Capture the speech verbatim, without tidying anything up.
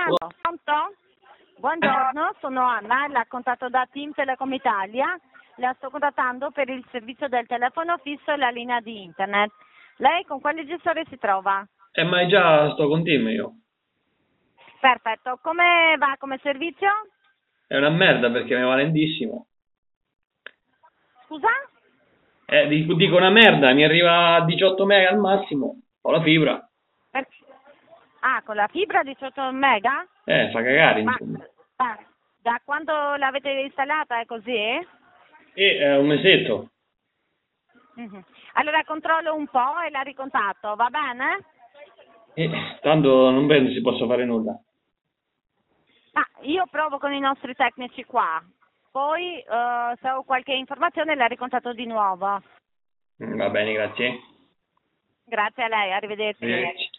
Pronto? Pronto? Buongiorno, sono Anna, la contatto da Team Telecom Italia. La sto contattando per il servizio del telefono fisso e la linea di internet. Lei con quale gestore si trova? Eh, ma già sto con Team io. Perfetto, come va come servizio? È una merda perché mi va lentissimo. Scusa? Eh, dico, dico una merda, mi arriva a diciotto mega al massimo. Ho la fibra. Per- Ah, con la fibra diciotto mega? Eh, fa cagare, Ma insomma. ma da quando l'avete installata è così? E eh, un mesetto. Mhm. Allora controllo un po' e la ricontatto, va bene? E tanto non penso si possa fare nulla. Ma io provo con i nostri tecnici qua, poi eh, se ho qualche informazione la ricontatto di nuovo. Mm, Va bene, grazie. Grazie a lei, arrivederci. Arrivederci.